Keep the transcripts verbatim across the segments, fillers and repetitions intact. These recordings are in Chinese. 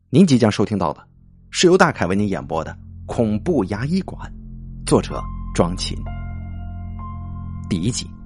您即将收听到的是由大凯为您演播的《恐怖牙医馆》，作者庄琴，第一集。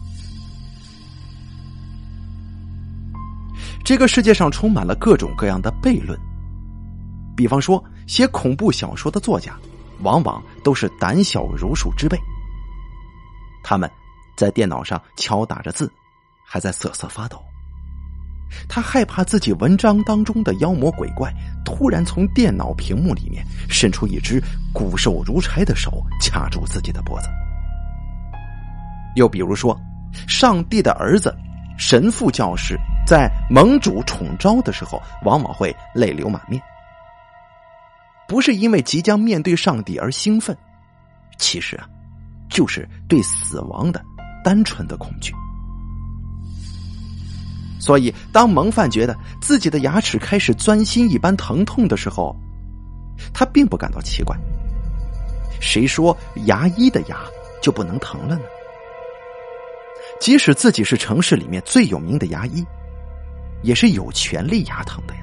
这个世界上充满了各种各样的悖论，比方说写恐怖小说的作家往往都是胆小如鼠之辈，他们在电脑上敲打着字，还在瑟瑟发抖。他害怕自己文章当中的妖魔鬼怪突然从电脑屏幕里面伸出一只骨瘦如柴的手，掐住自己的脖子。又比如说，上帝的儿子神父教士在盟主宠召的时候往往会泪流满面，不是因为即将面对上帝而兴奋，其实啊，就是对死亡的单纯的恐惧。所以当蒙范觉得自己的牙齿开始钻心一般疼痛的时候，他并不感到奇怪。谁说牙医的牙就不能疼了呢？即使自己是城市里面最有名的牙医，也是有权利牙疼的呀。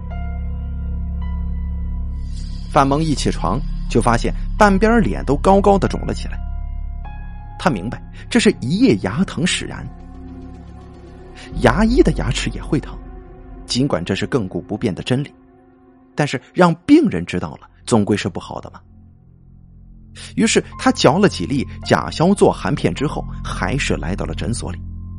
范蒙一起床就发现半边脸都高高的肿了起来，他明白这是一夜牙疼使然。牙医的牙齿也会疼，尽管这是亘古不变的真理，但是让病人知道了总归是不好的嘛。于是他嚼了几粒甲硝唑含片之后，还是来到了诊所里。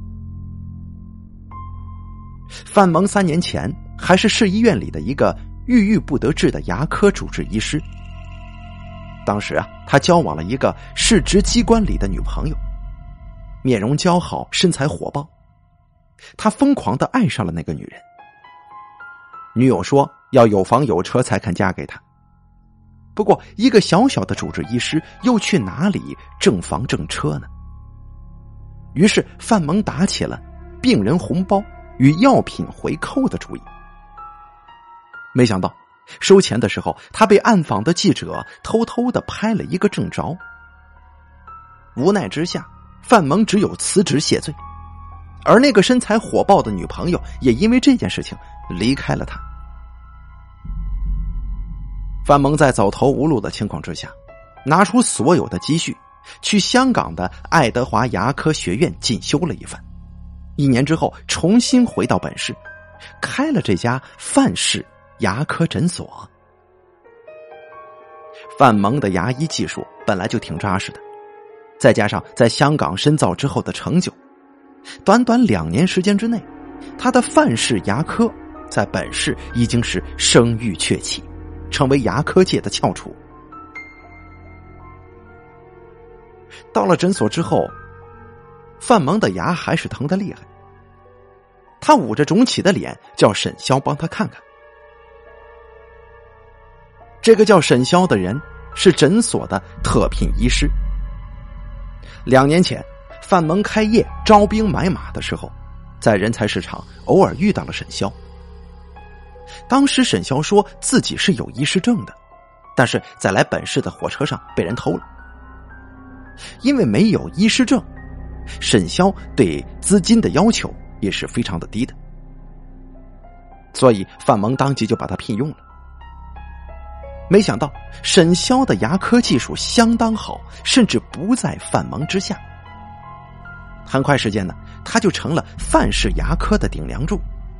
范蒙三年前还是市医院里的一个郁郁不得志的牙科主治医师。当时啊，他交往了一个市直机关里的女朋友，面容姣好，身材火爆。他疯狂地爱上了那个女人。女友说要有房有车才肯嫁给他，不过一个小小的主治医师又去哪里挣房挣车呢？于是范蒙打起了病人红包与药品回扣的主意。没想到收钱的时候，他被暗访的记者偷偷地拍了一个正着。无奈之下，范蒙只有辞职谢罪，而那个身材火爆的女朋友也因为这件事情离开了他。范蒙在走投无路的情况之下，拿出所有的积蓄去香港的爱德华牙科学院进修了一番，一年之后重新回到本市，开了这家范氏牙科诊所。范蒙的牙医技术本来就挺扎实的，再加上在香港深造之后的成就，短短两年时间之内，他的范氏牙科在本市已经是声誉鹊起，成为牙科界的翘楚。到了诊所之后，范蒙的牙还是疼得厉害，他捂着肿起的脸叫沈潇帮他看看。这个叫沈潇的人是诊所的特聘医师。两年前范蒙开业招兵买马的时候，在人才市场偶尔遇到了沈潇。当时沈潇说自己是有医师证的，但是在来本市的火车上被人偷了。因为没有医师证，沈潇对资金的要求也是非常的低的，所以范蒙当即就把他聘用了。没想到沈潇的牙科技术相当好，甚至不在范蒙之下。很快时间呢，他就成了范氏牙科的顶梁柱。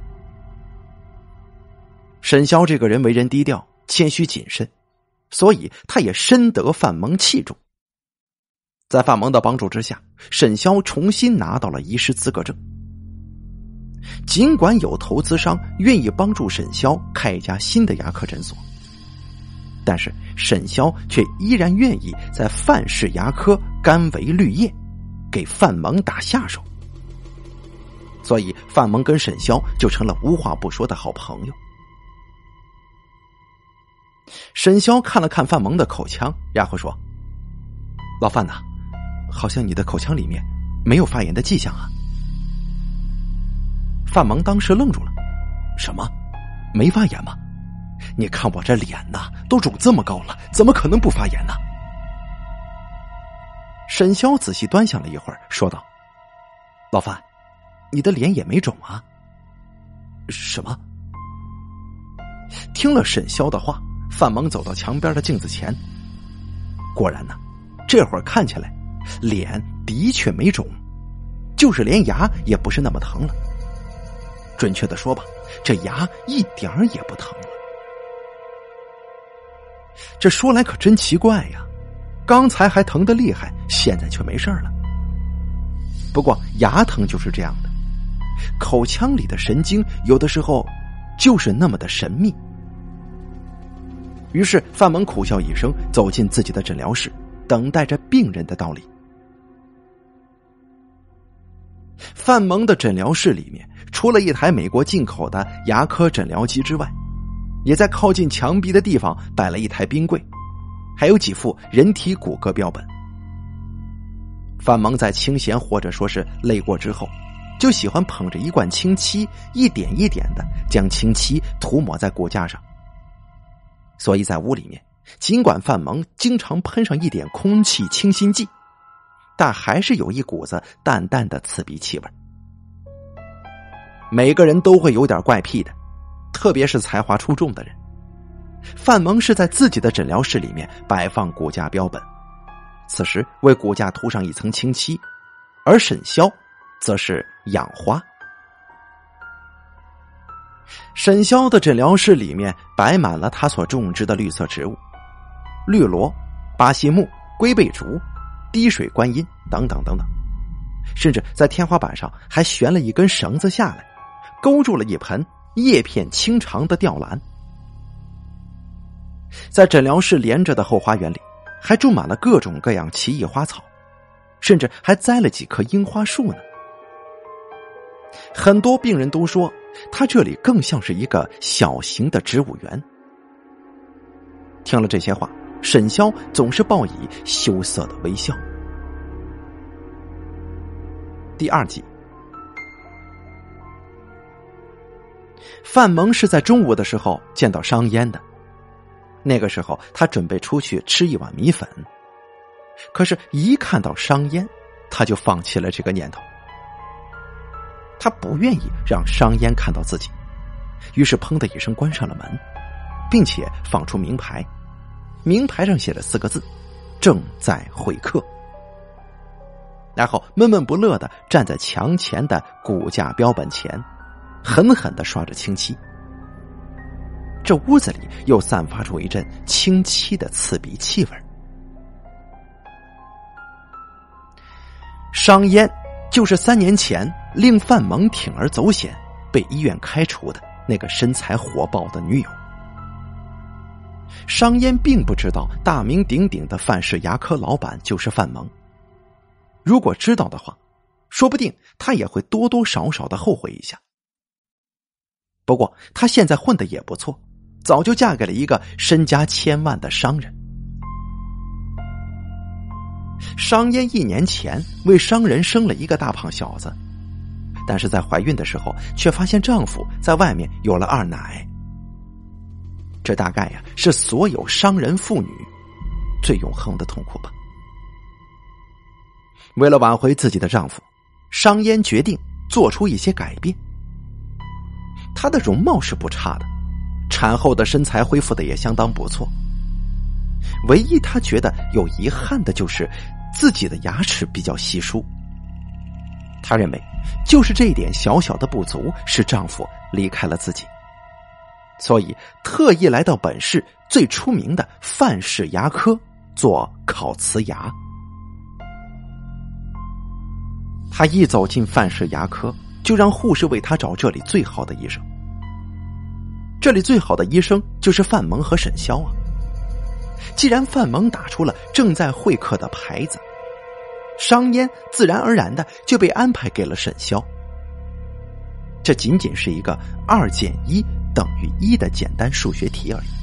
沈潇这个人为人低调，谦虚谨慎，所以他也深得范蒙器重。在范蒙的帮助之下，沈潇重新拿到了医师资格证。尽管有投资商愿意帮助沈潇开一家新的牙科诊所，但是沈潇却依然愿意在范氏牙科甘为绿叶，给范蒙打下手。所以范蒙跟沈潇就成了无话不说的好朋友。沈潇看了看范蒙的口腔，然后说：老范呐，好像你的口腔里面没有发炎的迹象啊。范蒙当时愣住了，什么？没发炎吗？你看我这脸呐，都肿这么高了，怎么可能不发炎呢？沈潇仔细端详了一会儿，说道：老范，你的脸也没肿啊。什么？ 听了沈潇的话，范蒙走到墙边的镜子前，果然呢，这会儿看起来脸的确没肿，就是连牙也不是那么疼了。准确的说吧，这牙一点儿也不疼了。这说来可真奇怪呀，刚才还疼得厉害，现在却没事了。不过牙疼就是这样的，口腔里的神经有的时候就是那么的神秘。于是范蒙苦笑一声，走进自己的诊疗室，等待着病人的到来。范蒙的诊疗室里面，除了一台美国进口的牙科诊疗机之外，也在靠近墙壁的地方摆了一台冰柜，还有几副人体骨骼标本。范蒙在清闲或者说是累过之后，就喜欢捧着一罐清漆，一点一点的将清漆涂抹在骨架上。所以在屋里面，尽管范蒙经常喷上一点空气清新剂，但还是有一股子淡淡的刺鼻气味。每个人都会有点怪癖的，特别是才华出众的人。范蒙是在自己的诊疗室里面摆放骨架标本，此时为骨架涂上一层清漆，而沈潇则是养花。沈潇的诊疗室里面摆满了他所种植的绿色植物，绿萝、巴西木、龟背竹、滴水观音等等等等，甚至在天花板上还悬了一根绳子下来，勾住了一盆叶片清长的吊兰。在诊疗室连着的后花园里，还种满了各种各样奇异花草，甚至还栽了几棵樱花树呢。很多病人都说，他这里更像是一个小型的植物园。听了这些话，沈潇总是报以羞涩的微笑。第二集，范蒙是在中午的时候见到商烟的。那个时候他准备出去吃一碗米粉，可是一看到商烟，他就放弃了这个念头。他不愿意让商烟看到自己，于是砰的一声关上了门，并且放出名牌，名牌上写了四个字：正在会客。然后闷闷不乐地站在墙前的骨架标本前，狠狠地刷着清漆。这屋子里又散发出一阵清漆的刺鼻气味。商烟就是三年前令范蒙铤而走险被医院开除的那个身材火爆的女友。商烟并不知道大名鼎鼎的范氏牙科老板就是范蒙，如果知道的话，说不定他也会多多少少的后悔一下。不过他现在混得也不错，早就嫁给了一个身家千万的商人。商烟一年前为商人生了一个大胖小子，但是在怀孕的时候却发现丈夫在外面有了二奶。这大概呀是所有商人妇女最永恒的痛苦吧。为了挽回自己的丈夫，商烟决定做出一些改变。她的容貌是不差的，产后的身材恢复的也相当不错。唯一她觉得有遗憾的就是自己的牙齿比较稀疏。她认为就是这一点小小的不足使丈夫离开了自己，所以特意来到本市最出名的范氏牙科做烤瓷牙。她一走进范氏牙科，就让护士为她找这里最好的医生。这里最好的医生就是范蒙和沈潇啊。既然范蒙打出了正在会客的牌子，商烟自然而然的就被安排给了沈潇。这仅仅是一个二减一等于一的简单数学题而已。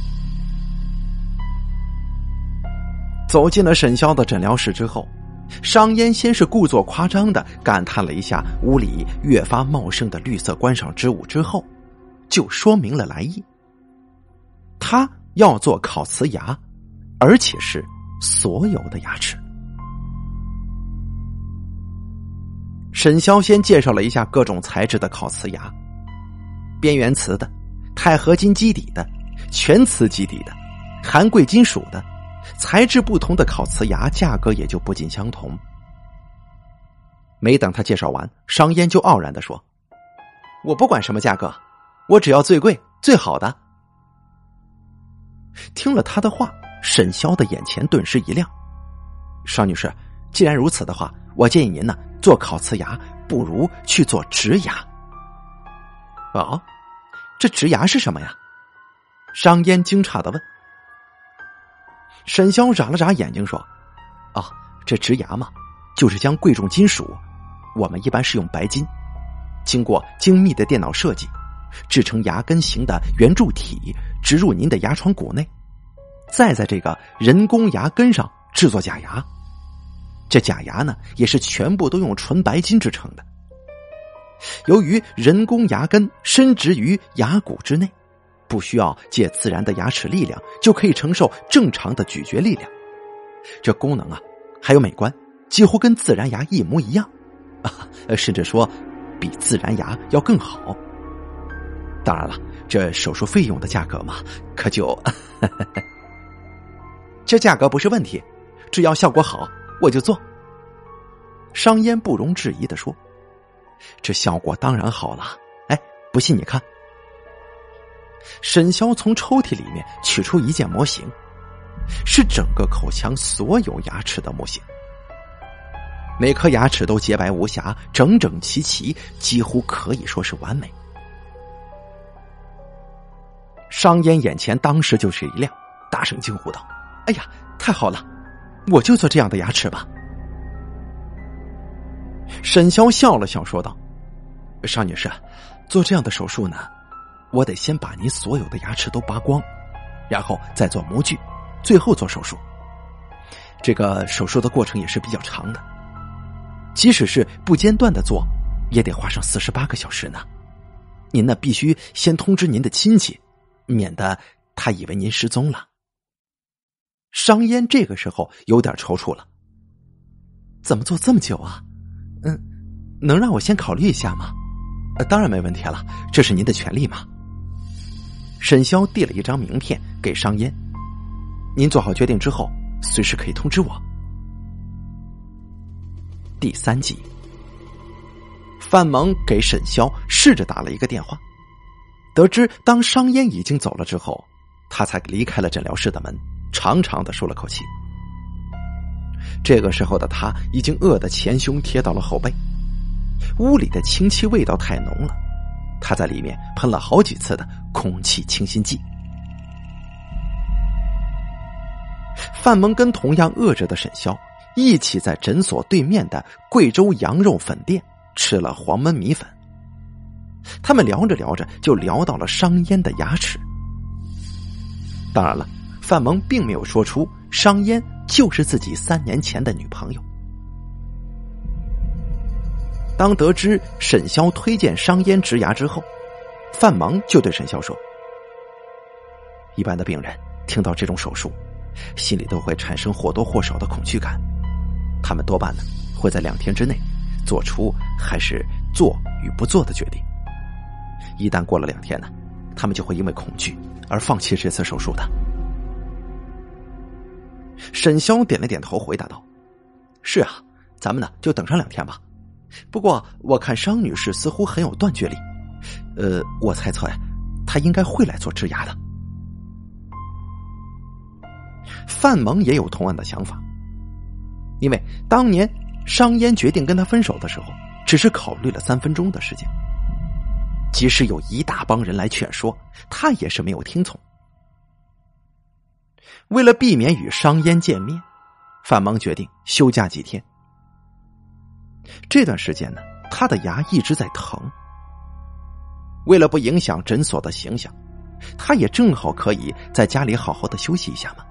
走进了沈潇的诊疗室之后，商烟先是故作夸张的感叹了一下屋里越发茂盛的绿色观赏植物，之后就说明了来意。他要做烤瓷牙，而且是所有的牙齿。沈潇先介绍了一下各种材质的烤瓷牙，边缘瓷的、 钛合金基底的、全瓷基底的、含贵金属的，材质不同的烤瓷牙价格也就不尽相同。没等他介绍完，商烟就傲然地说：“我不管什么价格，我只要最贵最好的。”听了他的话，沈潇的眼前顿时一亮。邵女士，既然如此的话，我建议您呢，做烤瓷牙不如去做植牙。哦，这植牙是什么呀？商烟惊诧地问。沈潇眨了眨眼睛说：哦，这植牙嘛，就是将贵重金属，我们一般是用白金，经过精密的电脑设计，制成牙根形的圆柱体，植入您的牙床骨内，再在这个人工牙根上制作假牙。这假牙呢，也是全部都用纯白金制成的。由于人工牙根深植于牙骨之内，不需要借自然的牙齿力量就可以承受正常的咀嚼力量，这功能啊，还有美观，几乎跟自然牙一模一样，啊，甚至说比自然牙要更好。当然了，这手术费用的价格嘛，可就这价格不是问题，只要效果好我就做。商烟不容置疑地说：这效果当然好了，哎，不信你看。沈潇从抽屉里面取出一件模型，是整个口腔所有牙齿的模型，每颗牙齿都洁白无瑕，整整齐齐，几乎可以说是完美。商烟眼前当时就是一亮，大声惊呼道：哎呀，太好了，我就做这样的牙齿吧。沈潇笑了笑说道：邵女士，做这样的手术呢，我得先把您所有的牙齿都拔光，然后再做模具，最后做手术。这个手术的过程也是比较长的，即使是不间断的做，也得花上四十八个小时呢。您呢，必须先通知您的亲戚，免得他以为您失踪了。商烟这个时候有点踌躇了，怎么做这么久啊？嗯，能让我先考虑一下吗？呃，当然没问题了，这是您的权利嘛。沈潇递了一张名片给商烟，您做好决定之后，随时可以通知我。第三集，范萌给沈潇试着打了一个电话，得知当商烟已经走了之后，他才离开了诊疗室的门，长长的舒了口气。这个时候的他已经饿得前胸贴到了后背，屋里的清气味道太浓了，他在里面喷了好几次的空气清新剂。范萌跟同样饿着的沈潇一起在诊所对面的贵州羊肉粉店吃了黄焖米粉。他们聊着聊着就聊到了商烟的牙齿。当然了，范萌并没有说出商烟就是自己三年前的女朋友。当得知沈潇推荐商烟植牙之后，范萌就对沈潇说：一般的病人听到这种手术，心里都会产生或多或少的恐惧感，他们多半呢会在两天之内做出还是做与不做的决定。一旦过了两天呢，他们就会因为恐惧而放弃这次手术的。沈潇点了点头回答道：是啊，咱们呢就等上两天吧。不过我看商女士似乎很有断绝力，呃，我猜测呀，她应该会来做植牙的。范萌也有同样的想法，因为当年商烟决定跟他分手的时候，只是考虑了三分钟的时间，即使有一大帮人来劝说，他也是没有听从。为了避免与商烟见面，范萌决定休假几天。这段时间呢，他的牙一直在疼，为了不影响诊所的形象，他也正好可以在家里好好的休息一下嘛。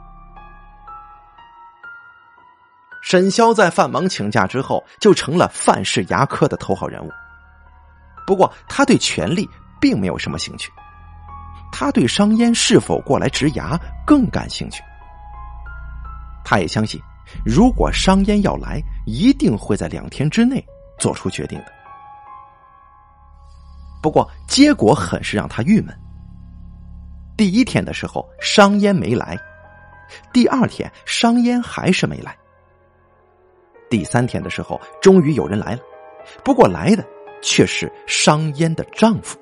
沈潇在范萌请假之后，就成了范氏牙科的头号人物。不过他对权力并没有什么兴趣，他对商烟是否过来植牙更感兴趣。他也相信，如果商烟要来，一定会在两天之内做出决定的。不过结果很是让他郁闷， 第一天的时候，商烟没来；第二天，商烟还是没来；第三天的时候，终于有人来了，不过来的却是商烟的丈夫。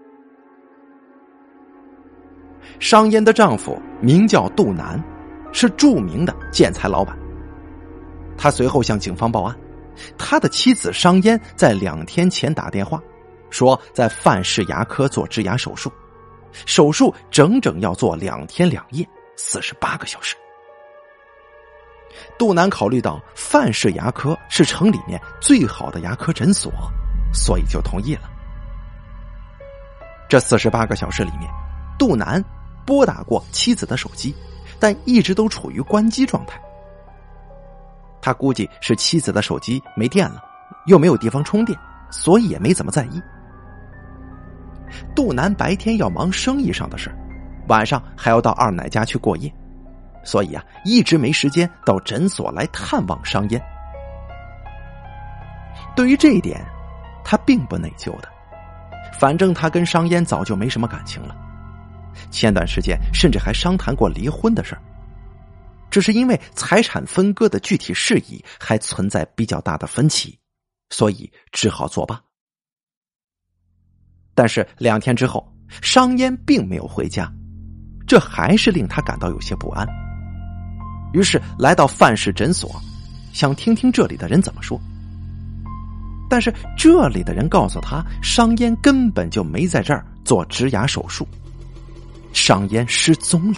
商烟的丈夫名叫杜南，是著名的建材老板。他随后向警方报案，他的妻子商烟在两天前打电话说在范氏牙科做植牙手术，手术整整要做两天两夜，四十八个小时。杜南考虑到范氏牙科是城里面最好的牙科诊所，所以就同意了。这四十八个小时里面，杜南拨打过妻子的手机，但一直都处于关机状态。他估计是妻子的手机没电了，又没有地方充电，所以也没怎么在意。杜南白天要忙生意上的事，晚上还要到二奶家去过夜，所以啊，一直没时间到诊所来探望商烟。对于这一点，他并不内疚的，反正他跟商烟早就没什么感情了，前段时间甚至还商谈过离婚的事儿，只是因为财产分割的具体事宜还存在比较大的分歧，所以只好作罢。但是两天之后，商烟并没有回家，这还是令他感到有些不安。于是来到范氏诊所，想听听这里的人怎么说。但是这里的人告诉他，商烟根本就没在这儿做植牙手术，商烟失踪了。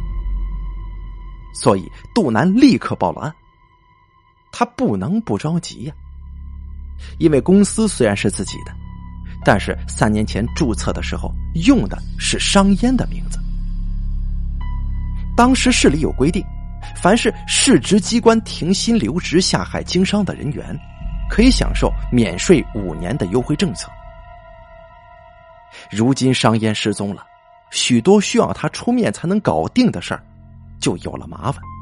所以杜南立刻报了案。他不能不着急呀、啊，因为公司虽然是自己的，但是三年前注册的时候用的是商烟的名字。当时市里有规定，凡是市直机关停薪留职下海经商的人员，可以享受免税五年的优惠政策。如今商烟失踪了，许多需要他出面才能搞定的事儿就有了麻烦。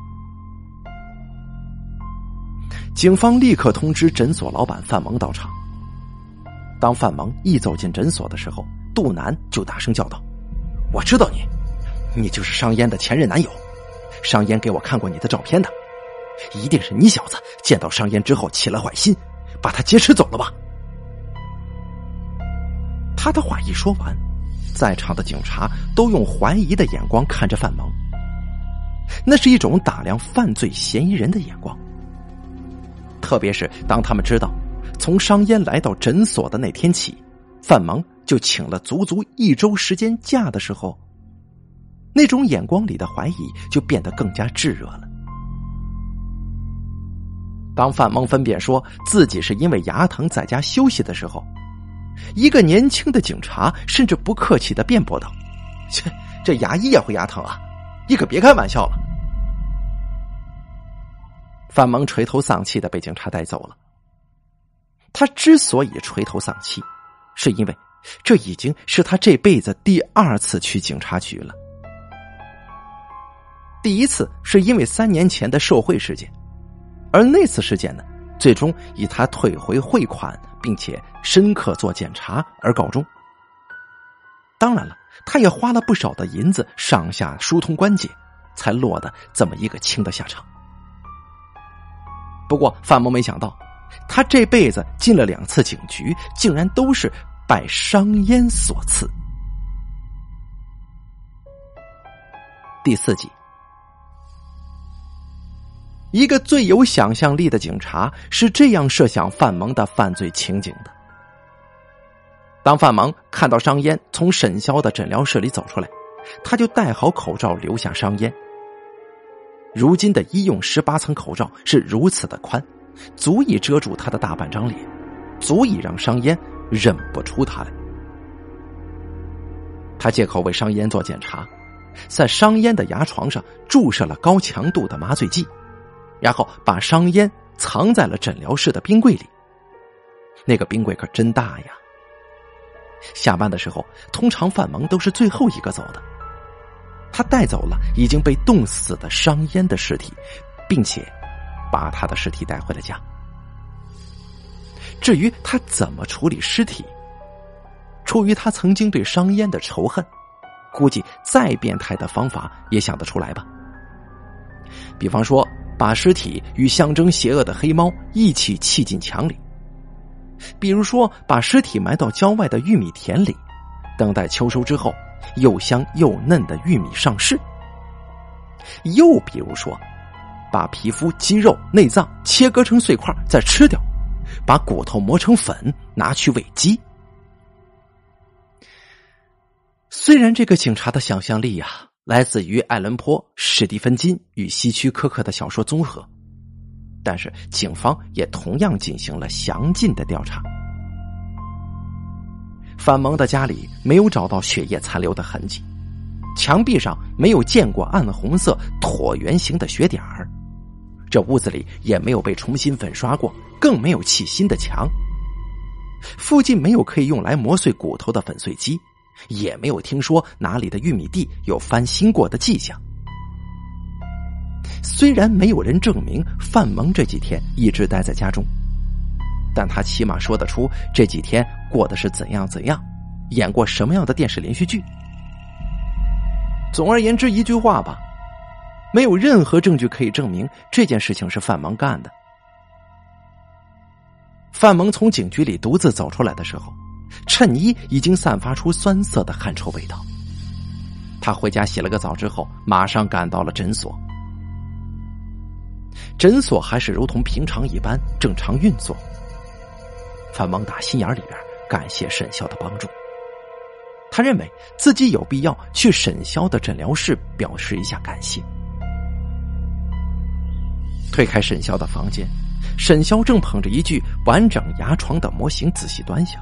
警方立刻通知诊所老板范蒙到场。当范蒙一走进诊所的时候，杜南就大声叫道：我知道你，你就是商烟的前任男友，商烟给我看过你的照片的，一定是你小子见到商烟之后起了坏心，把他劫持走了吧。他的话一说完，在场的警察都用怀疑的眼光看着范蒙，那是一种打量犯罪嫌疑人的眼光。特别是当他们知道从商烟来到诊所的那天起，范蒙就请了足足一周时间假的时候，那种眼光里的怀疑就变得更加炙热了。当范蒙分辨说自己是因为牙疼在家休息的时候，一个年轻的警察甚至不客气地辩驳道：这这牙医也会牙疼啊，你可别开玩笑了。范蒙垂头丧气地被警察带走了。他之所以垂头丧气，是因为这已经是他这辈子第二次去警察局了。第一次是因为三年前的受贿事件，而那次事件呢，最终以他退回汇款并且深刻做检查而告终。当然了，他也花了不少的银子上下疏通关节，才落得这么一个轻的下场。不过范蒙没想到，他这辈子进了两次警局，竟然都是拜商烟所赐。第四集，一个最有想象力的警察是这样设想范蒙的犯罪情景的。当范蒙看到商烟从沈潇的诊疗室里走出来，他就戴好口罩留下商烟。如今的医用十八层口罩是如此的宽，足以遮住他的大半张脸，足以让商烟认不出他来。他借口为商烟做检查，在商烟的牙床上注射了高强度的麻醉剂，然后把商烟藏在了诊疗室的冰柜里。那个冰柜可真大呀！下班的时候，通常范蒙都是最后一个走的。他带走了已经被冻死的商烟的尸体，并且把他的尸体带回了家。至于他怎么处理尸体，出于他曾经对商烟的仇恨， 估计再变态的方法也想得出来吧。比方说把尸体与象征邪恶的黑猫一起砌进墙里，比如说把尸体埋到郊外的玉米田里，等待秋收之后又香又嫩的玉米上市。又比如说把皮肤、肌肉、内脏切割成碎块再吃掉，把骨头磨成粉拿去喂鸡。虽然这个警察的想象力啊来自于爱伦坡、史蒂芬金与希区柯克的小说综合，但是警方也同样进行了详尽的调查。范蒙的家里没有找到血液残留的痕迹，墙壁上没有见过暗红色椭圆形的血点儿，这屋子里也没有被重新粉刷过，更没有砌新的墙。附近没有可以用来磨碎骨头的粉碎机，也没有听说哪里的玉米地有翻新过的迹象。虽然没有人证明范蒙这几天一直待在家中，但他起码说得出这几天过的是怎样怎样，演过什么样的电视连续剧。总而言之一句话吧，没有任何证据可以证明这件事情是范蒙干的。范蒙从警局里独自走出来的时候，衬衣已经散发出酸涩的汗臭味道。他回家洗了个澡之后，马上赶到了诊所。诊所还是如同平常一般正常运作。范蒙打心眼里边感谢沈潇的帮助，他认为自己有必要去沈潇的诊疗室表示一下感谢。推开沈潇的房间，沈潇正捧着一具完整牙床的模型仔细端详。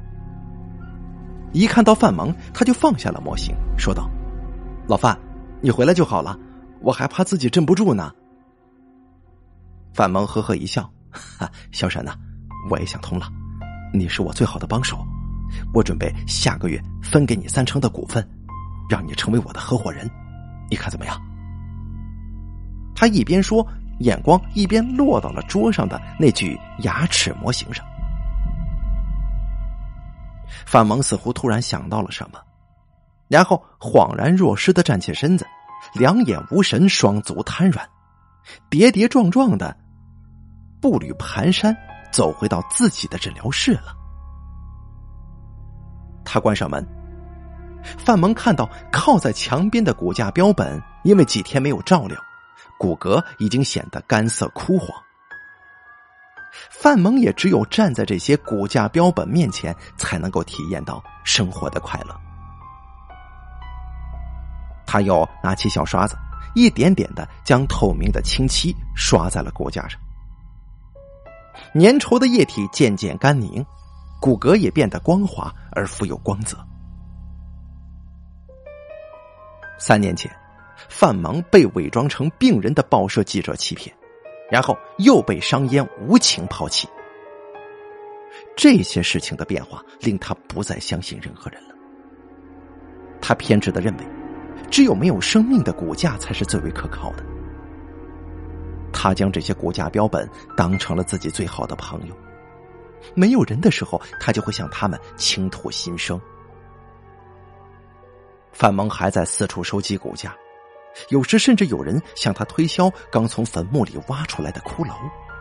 一看到范蒙，他就放下了模型，说道：“老范，你回来就好了，我还怕自己镇不住呢。”范蒙呵呵一笑：“哈，小沈呐，我也想通了，你是我最好的帮手，我准备下个月分给你三成的股份，让你成为我的合伙人，你看怎么样？”他一边说，眼光一边落到了桌上的那具牙齿模型上。范蒙似乎突然想到了什么，然后恍然若失地站起身子，两眼无神，双足瘫软，跌跌撞撞的步履蹒跚走回到自己的诊疗室了。他关上门，范蒙看到靠在墙边的骨架标本因为几天没有照料，骨骼已经显得干涩枯黄。范蒙也只有站在这些骨架标本面前，才能够体验到生活的快乐。他又拿起小刷子，一点点的将透明的清漆刷在了骨架上。粘稠的液体渐渐干凝，骨骼也变得光滑而富有光泽。三年前，范蒙被伪装成病人的报社记者欺骗，然后又被商烟无情抛弃。这些事情的变化令他不再相信任何人了。他偏执地认为，只有没有生命的骨架才是最为可靠的。他将这些骨架标本当成了自己最好的朋友，没有人的时候，他就会向他们倾吐心声。范蒙还在四处收集骨架，有时甚至有人向他推销刚从坟墓里挖出来的骷髅。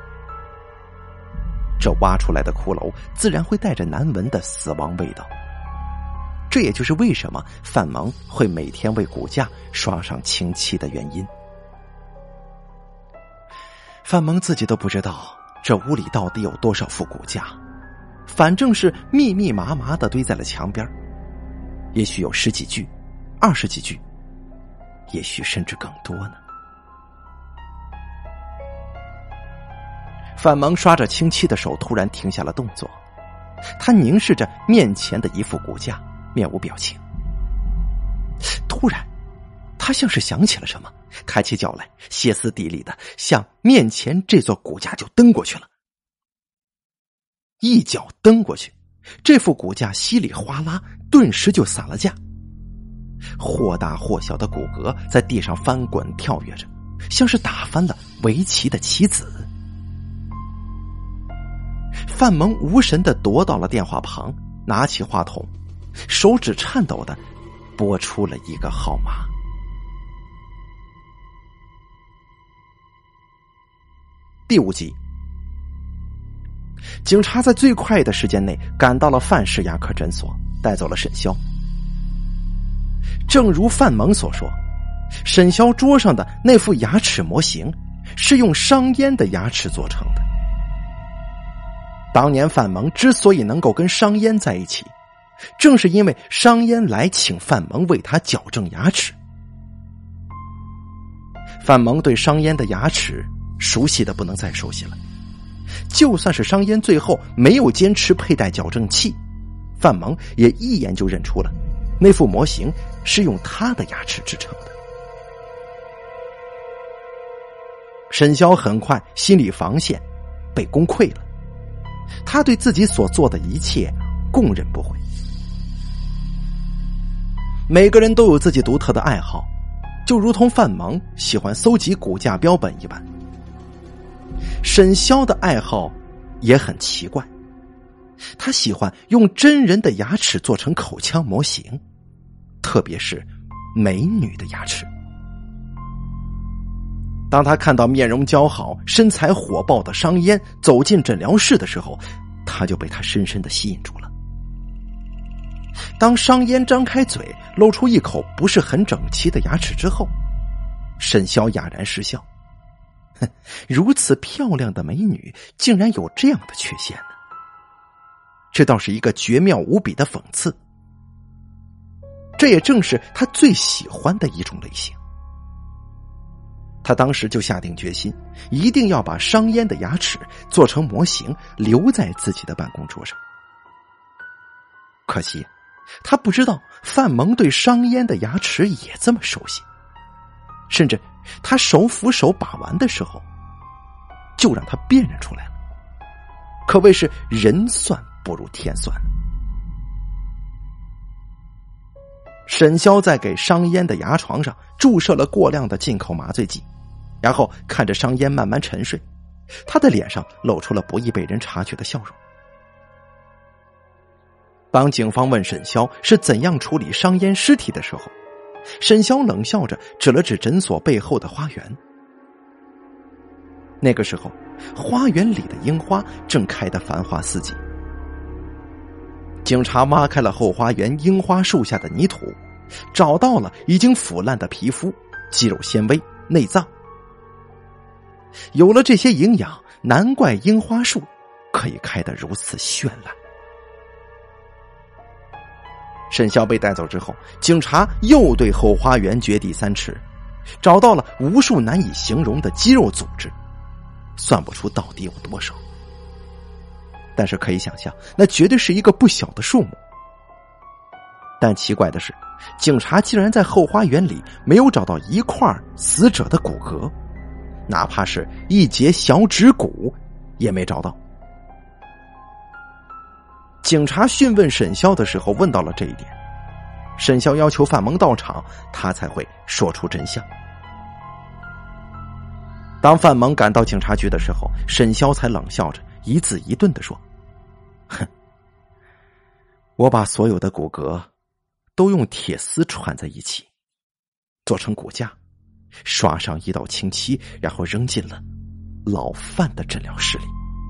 这挖出来的骷髅自然会带着难闻的死亡味道，这也就是为什么范蒙会每天为骨架刷上清漆的原因。范蒙自己都不知道这屋里到底有多少副骨架，反正是密密麻麻地堆在了墙边，也许有十几具、二十几具，也许甚至更多呢。范蒙刷着清漆的手突然停下了动作，他凝视着面前的一副骨架，面无表情。突然他像是想起了什么，抬起脚来，歇斯底里的向面前这座骨架就蹬过去了。一脚蹬过去，这副骨架稀里哗啦，顿时就散了架，或大或小的骨骼在地上翻滚跳跃着，像是打翻了围棋的棋子。范蒙无神地踱到了电话旁，拿起话筒，手指颤抖的拨出了一个号码。第五集，警察在最快的时间内赶到了范氏牙科诊所，带走了沈潇。正如范萌所说，沈潇桌上的那副牙齿模型是用商烟的牙齿做成的。当年范萌之所以能够跟商烟在一起，正是因为商烟来请范萌为他矫正牙齿。范萌对商烟的牙齿熟悉的不能再熟悉了，就算是商烟最后没有坚持佩戴矫正器，范萌也一眼就认出了那副模型是用他的牙齿制成的。沈潇很快心理防线被攻溃了，他对自己所做的一切供认不讳。每个人都有自己独特的爱好，就如同范萌喜欢搜集骨架标本一般。沈潇的爱好也很奇怪，他喜欢用真人的牙齿做成口腔模型，特别是美女的牙齿。当他看到面容姣好、身材火爆的商烟走进诊疗室的时候，他就被他深深地吸引住了。当商烟张开嘴露出一口不是很整齐的牙齿之后，沈潇哑然失笑，哼，如此漂亮的美女竟然有这样的缺陷呢？这倒是一个绝妙无比的讽刺，这也正是他最喜欢的一种类型。他当时就下定决心，一定要把商烟的牙齿做成模型，留在自己的办公桌上。可惜他不知道范萌对商烟的牙齿也这么熟悉，甚至他手扶手把玩的时候就让他辨认出来了，可谓是人算不如天算。沈潇在给商烟的牙床上注射了过量的进口麻醉剂，然后看着商烟慢慢沉睡，他的脸上露出了不易被人察觉的笑容。当警方问沈潇是怎样处理商烟尸体的时候，沈潇冷笑着指了指诊所背后的花园。那个时候，花园里的樱花正开得繁花似锦。警察挖开了后花园樱花树下的泥土，找到了已经腐烂的皮肤、肌肉纤维、内脏。有了这些营养，难怪樱花树可以开得如此绚烂。沈潇被带走之后，警察又对后花园掘地三尺，找到了无数难以形容的肌肉组织，算不出到底有多少。但是可以想象，那绝对是一个不小的数目。但奇怪的是，警察竟然在后花园里没有找到一块死者的骨骼，哪怕是一节小指骨也没找到。警察讯问沈潇的时候问到了这一点，沈潇要求范萌到场，他才会说出真相。当范萌赶到警察局的时候，沈潇才冷笑着一字一顿地说，哼，我把所有的骨骼都用铁丝串在一起，做成骨架，刷上一道清漆，然后扔进了老范的诊疗室里。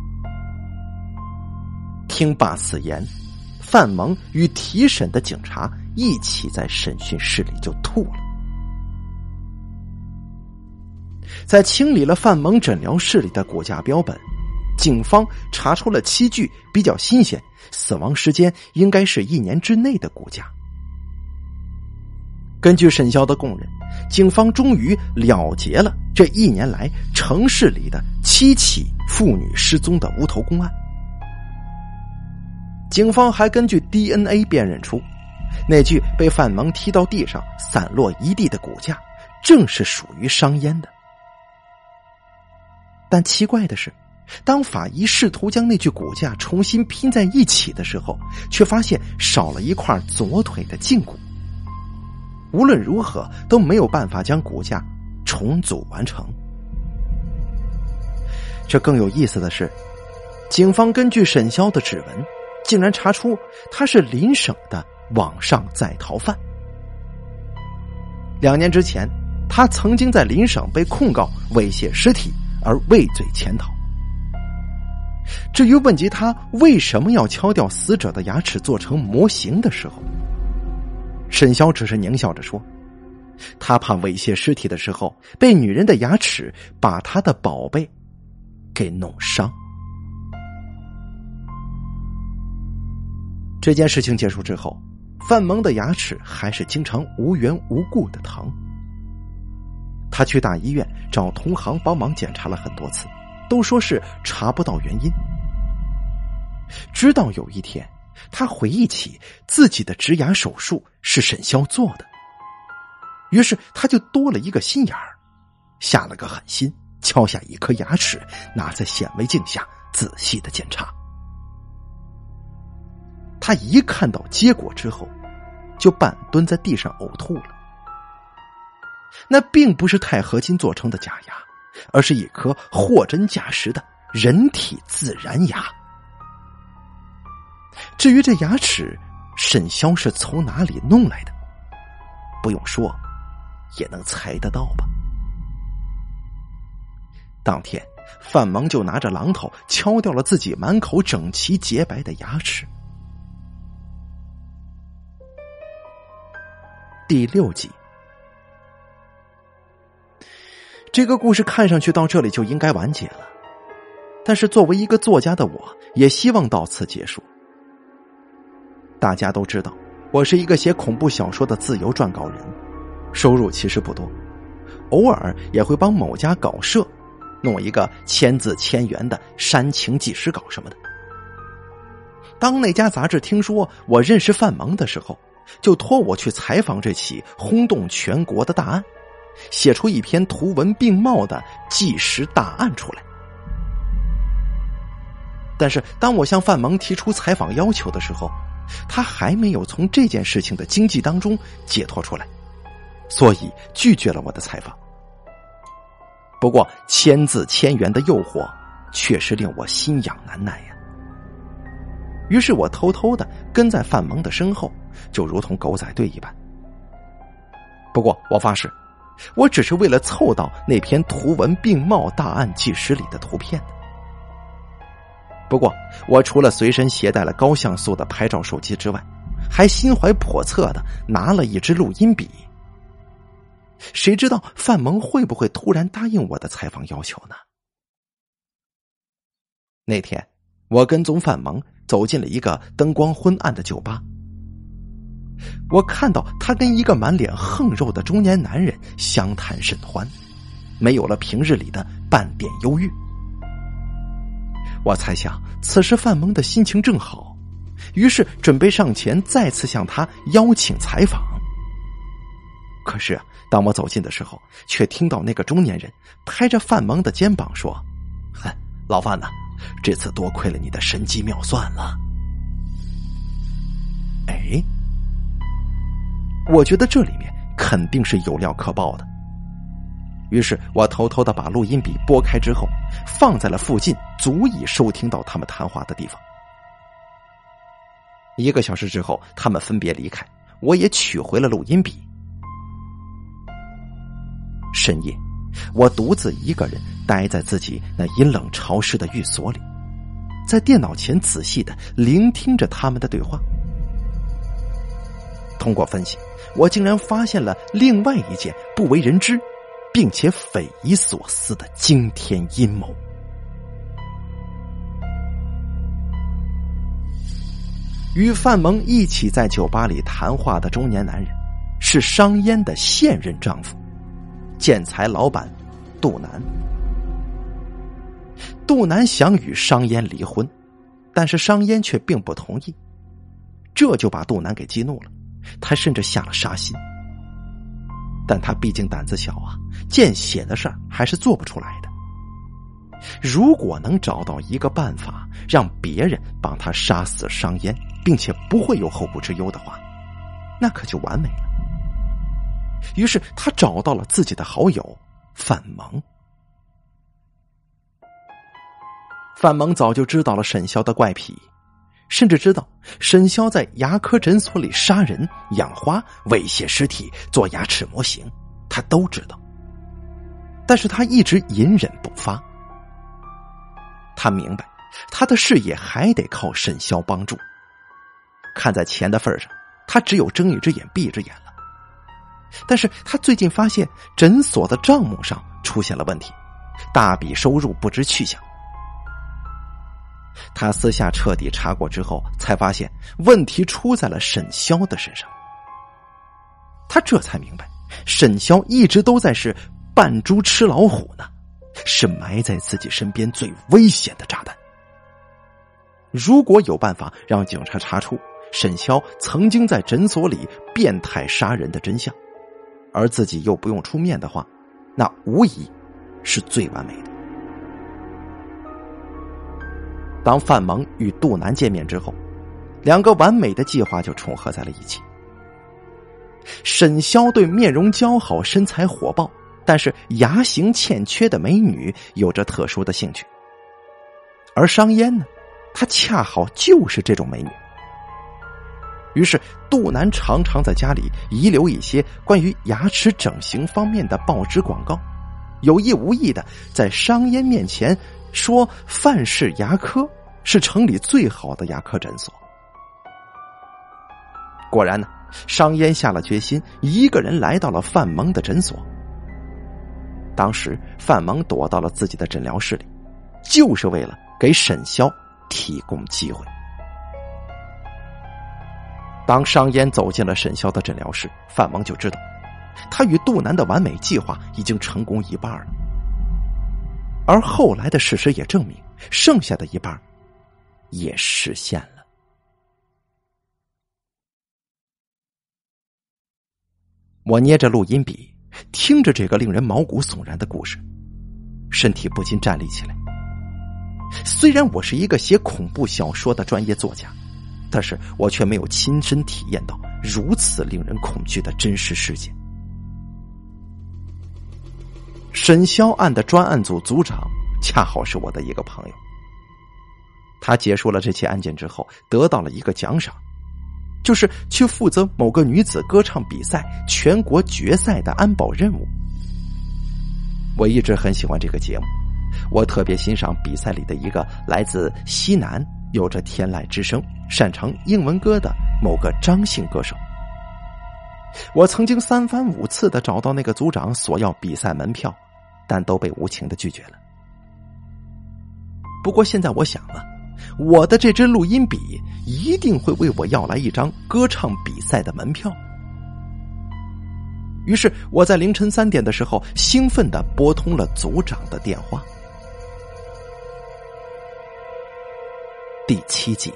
听罢此言，范萌与提审的警察一起在审讯室里就吐了。在清理了范萌诊疗室里的骨架标本，警方查出了七具比较新鲜、死亡时间应该是一年之内的骨架。根据沈潇的供认，警方终于了结了这一年来城市里的七起妇女失踪的无头公案。警方还根据 D N A 辨认出，那具被范萌踢到地上散落一地的骨架正是属于商烟的。但奇怪的是，当法医试图将那具骨架重新拼在一起的时候，却发现少了一块左腿的胫骨。无论如何都没有办法将骨架重组完成。这更有意思的是，警方根据沈潇的指纹，竟然查出他是邻省的网上在逃犯， 两年之前，他曾经在邻省被控告猥亵尸体而畏罪潜逃。至于问及他为什么要敲掉死者的牙齿做成模型的时候，沈潇只是狞笑着说，他怕猥亵尸体的时候被女人的牙齿把他的宝贝给弄伤。这件事情结束之后，范萌的牙齿还是经常无缘无故的疼。他去大医院找同行帮忙检查了很多次，都说是查不到原因。直到有一天，他回忆起自己的植牙手术是沈潇做的，于是他就多了一个心眼儿，下了个狠心，敲下一颗牙齿，拿在显微镜下仔细的检查。他一看到结果之后，就半蹲在地上呕吐了。那并不是钛合金做成的假牙，而是一颗货真价实的人体自然牙。至于这牙齿沈潇是从哪里弄来的，不用说也能猜得到吧。当天范萌就拿着榔头敲掉了自己满口整齐洁白的牙齿。第六集，这个故事看上去到这里就应该完结了，但是作为一个作家的我，也希望到此结束。大家都知道，我是一个写恐怖小说的自由撰稿人，收入其实不多，偶尔也会帮某家稿社弄一个千字千元的煽情纪实稿什么的。当那家杂志听说我认识范萌的时候，就托我去采访这起轰动全国的大案，写出一篇图文并茂的纪实大案出来。但是当我向范萌提出采访要求的时候，他还没有从这件事情的经济当中解脱出来，所以拒绝了我的采访。不过千字千元的诱惑确实令我心痒难耐呀。于是我偷偷的跟在范萌的身后，就如同狗仔队一般。不过我发誓，我只是为了凑到那篇图文并茂大案纪实里的图片的。不过我除了随身携带了高像素的拍照手机之外，还心怀叵测的拿了一支录音笔。谁知道范萌会不会突然答应我的采访要求呢？那天我跟踪范萌走进了一个灯光昏暗的酒吧，我看到他跟一个满脸横肉的中年男人相谈甚欢，没有了平日里的半点忧郁。我猜想此时范萌的心情正好，于是准备上前再次向他邀请采访。可是当我走近的时候，却听到那个中年人拍着范萌的肩膀说：“哼，老范呐，这次多亏了你的神机妙算了。”哎，我觉得这里面肯定是有料可报的。于是我偷偷的把录音笔拨开之后，放在了附近足以收听到他们谈话的地方。一个小时之后，他们分别离开，我也取回了录音笔。深夜，我独自一个人待在自己那阴冷潮湿的寓所里，在电脑前仔细的聆听着他们的对话。通过分析，我竟然发现了另外一件不为人知并且匪夷所思的惊天阴谋。与范萌一起在酒吧里谈话的中年男人是商烟的现任丈夫，建材老板杜南。杜南想与商烟离婚，但是商烟却并不同意，这就把杜南给激怒了，他甚至下了杀心。但他毕竟胆子小啊，见血的事儿还是做不出来的。如果能找到一个办法让别人帮他杀死商烟，并且不会有后顾之忧的话，那可就完美了。于是他找到了自己的好友范萌。范萌早就知道了沈潇的怪癖， 甚至知道沈潇在牙科诊所里杀人、养花、猥亵尸体、做牙齿模型，他都知道。但是他一直隐忍不发。他明白，他的事业还得靠沈潇帮助。看在钱的份上，他只有睁一只眼闭一只眼了。但是他最近发现诊所的账目上出现了问题，大笔收入不知去向。他私下彻底查过之后，才发现问题出在了沈潇的身上。他这才明白，沈潇一直都在是扮猪吃老虎呢，是埋在自己身边最危险的炸弹。如果有办法让警察查出沈潇曾经在诊所里变态杀人的真相，而自己又不用出面的话，那无疑是最完美的。当范萌与杜南见面之后，两个完美的计划就重合在了一起。沈潇对面容姣好、身材火爆但是牙形欠缺的美女有着特殊的兴趣，而商烟呢，她恰好就是这种美女。于是杜南常常在家里遗留一些关于牙齿整形方面的报纸广告，有意无意的在商烟面前说范氏牙科是城里最好的牙科诊所。果然呢，商烟下了决心，一个人来到了范萌的诊所。当时范萌躲到了自己的诊疗室里，就是为了给沈潇提供机会。当商烟走进了沈潇的诊疗室，范萌就知道他与杜南的完美计划已经成功一半了。而后来的事实也证明，剩下的一半也实现了。我捏着录音笔，听着这个令人毛骨悚然的故事，身体不禁站立起来。虽然我是一个写恐怖小说的专业作家，但是我却没有亲身体验到如此令人恐惧的真实事件。沈潇案的专案组组长恰好是我的一个朋友，他结束了这起案件之后，得到了一个奖赏，就是去负责某个女子歌唱比赛全国决赛的安保任务。我一直很喜欢这个节目，我特别欣赏比赛里的一个来自西南、有着天籁之声、擅长英文歌的某个张姓歌手。我曾经三番五次的找到那个组长索要比赛门票，但都被无情的拒绝了。不过现在我想了，我的这支录音笔一定会为我要来一张歌唱比赛的门票。于是我在凌晨三点的时候兴奋地拨通了组长的电话。第七集。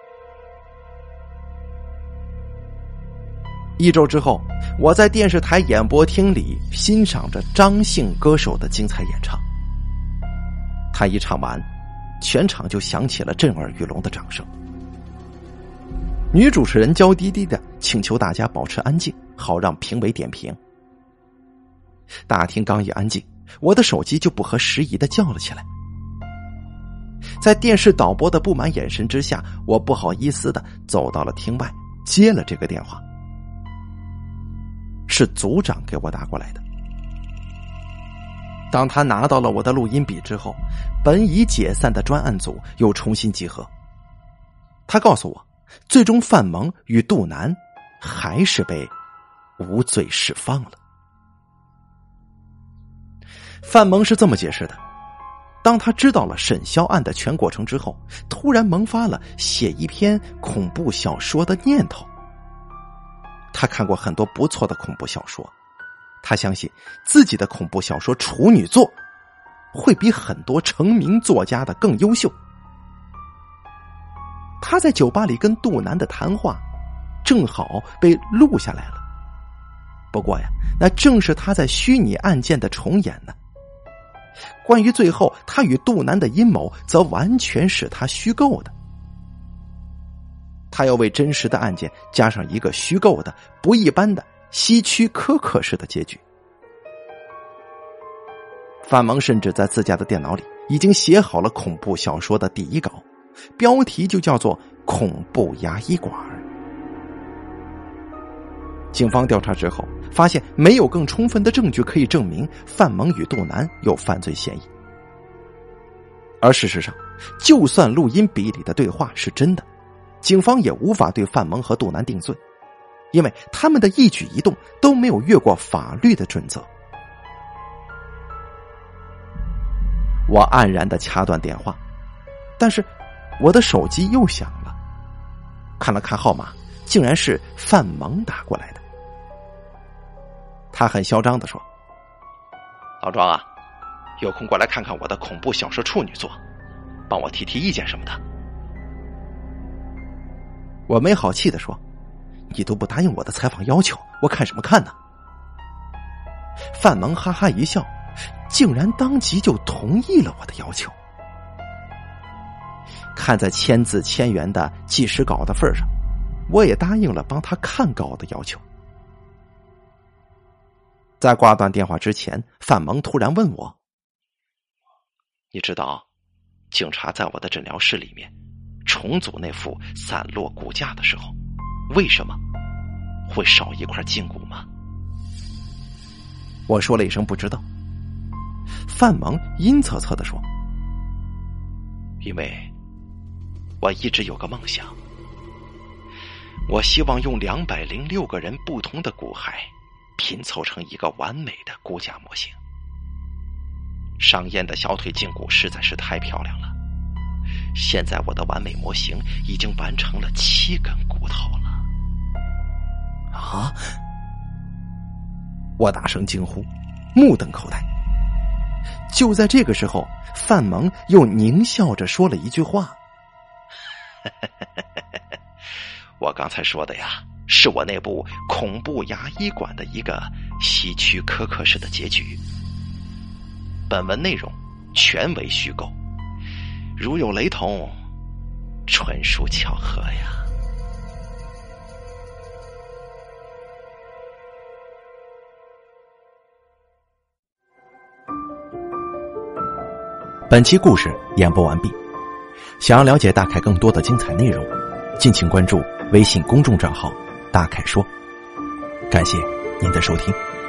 一周之后，我在电视台演播厅里欣赏着张姓歌手的精彩演唱。他一唱完，全场就响起了震耳欲聋的掌声。女主持人娇滴滴的请求大家保持安静，好让评委点评。大厅刚一安静，我的手机就不合时宜的叫了起来。在电视导播的不满眼神之下，我不好意思的走到了厅外，接了这个电话。是组长给我打过来的。当他拿到了我的录音笔之后，本已解散的专案组又重新集合。他告诉我，最终范萌与杜南还是被无罪释放了。范萌是这么解释的：当他知道了沈潇案的全过程之后，突然萌发了写一篇恐怖小说的念头。他看过很多不错的恐怖小说，他相信自己的恐怖小说处女作会比很多成名作家的更优秀。他在酒吧里跟杜南的谈话正好被录下来了，不过呀，那正是他在虚拟案件的重演呢。关于最后他与杜南的阴谋，则完全是他虚构的。他要为真实的案件加上一个虚构的、不一般的、希区柯克式的结局。范萌甚至在自家的电脑里已经写好了恐怖小说的第一稿， 标题就叫做恐怖牙医馆。警方调查之后发现没有更充分的证据可以证明范萌与杜南有犯罪嫌疑，而事实上就算录音笔里的对话是真的，警方也无法对范萌和杜南定罪，因为他们的一举一动都没有越过法律的准则。我黯然地掐断电话，但是我的手机又响了，看了看号码，竟然是范萌打过来的。他很嚣张地说：老庄啊，有空过来看看我的恐怖小说处女作，帮我提提意见什么的。我没好气地说：你都不答应我的采访要求，我看什么看呢？范萌哈哈一笑，竟然当即就同意了我的要求。看在签字签元的纪实稿的份上，我也答应了帮他看稿的要求。在挂断电话之前，范萌突然问我：你知道警察在我的诊疗室里面重组那副散落骨架的时候，为什么会少一块胫骨吗？我说了一声不知道。范萌阴恻恻地说：因为我一直有个梦想，我希望用两百零六个人不同的骨骸拼凑成一个完美的骨架模型。上燕的小腿胫骨实在是太漂亮了，现在我的完美模型已经完成了七根骨头了。啊！我大声惊呼，目瞪口呆。就在这个时候，范萌又狞笑着说了一句话：我刚才说的呀，是我那部恐怖牙医馆的一个希区柯克式的结局。本文内容全为虚构，如有雷同，纯属巧合呀。本期故事演播完毕，想要了解大凯更多的精彩内容，敬请关注微信公众账号大凯说。感谢您的收听。